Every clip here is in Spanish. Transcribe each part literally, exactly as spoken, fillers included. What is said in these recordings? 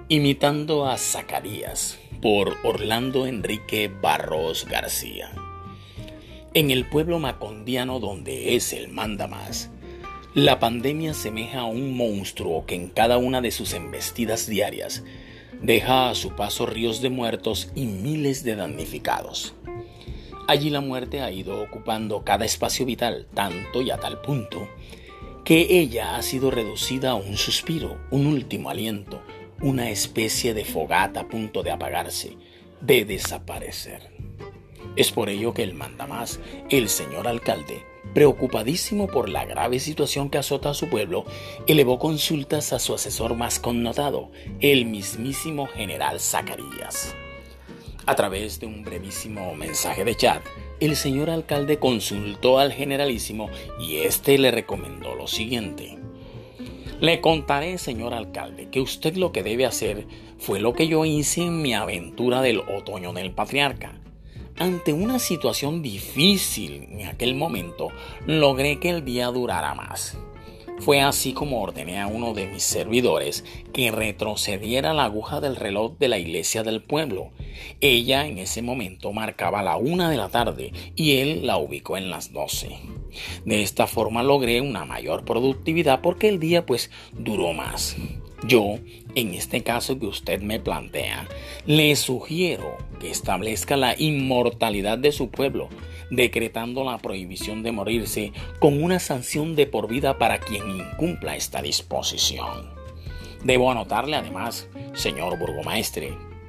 Imitando a Zacarías, por Orlando Enrique Barros García. En el pueblo macondiano, donde es el mandamás, la pandemia asemeja a un monstruo que en cada una de sus embestidas diarias deja a su paso ríos de muertos y miles de damnificados. Allí la muerte ha ido ocupando cada espacio vital, tanto y a tal punto que ella ha sido reducida a un suspiro, un último aliento, una especie de fogata a punto de apagarse, de desaparecer. Es por ello que el mandamás, el señor alcalde, preocupadísimo por la grave situación que azota a su pueblo, elevó consultas a su asesor más connotado, el mismísimo general Zacarías. A través de un brevísimo mensaje de chat, el señor alcalde consultó al generalísimo y éste le recomendó lo siguiente: le contaré, señor alcalde, que usted lo que debe hacer fue lo que yo hice en mi aventura del otoño del patriarca. Ante una situación difícil en aquel momento, logré que el día durara más. Fue así como ordené a uno de mis servidores que retrocediera la aguja del reloj de la iglesia del pueblo. Ella en ese momento marcaba la una de la tarde y él la ubicó en las doce. De esta forma logré una mayor productividad porque el día pues duró más. Yo, en este caso que usted me plantea, le sugiero que establezca la inmortalidad de su pueblo, decretando la prohibición de morirse con una sanción de por vida para quien incumpla esta disposición. Debo anotarle además, señor burgomaestre,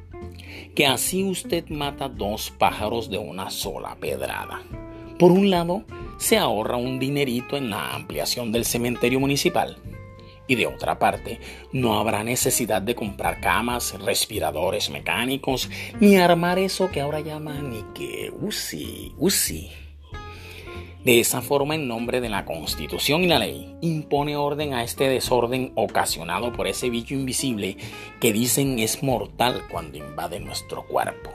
que así usted mata dos pájaros de una sola pedrada. Por un lado, se ahorra un dinerito en la ampliación del cementerio municipal. Y de otra parte, no habrá necesidad de comprar camas, respiradores mecánicos, ni armar eso que ahora llaman ni que U C I, U C I. De esa forma, en nombre de la Constitución y la ley, impone orden a este desorden ocasionado por ese bicho invisible que dicen es mortal cuando invade nuestro cuerpo.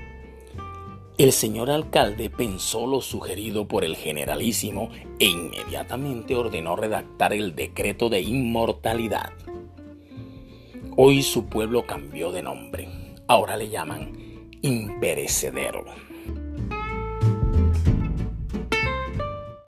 El señor alcalde pensó lo sugerido por el generalísimo e inmediatamente ordenó redactar el decreto de inmortalidad. Hoy su pueblo cambió de nombre. Ahora le llaman imperecedero.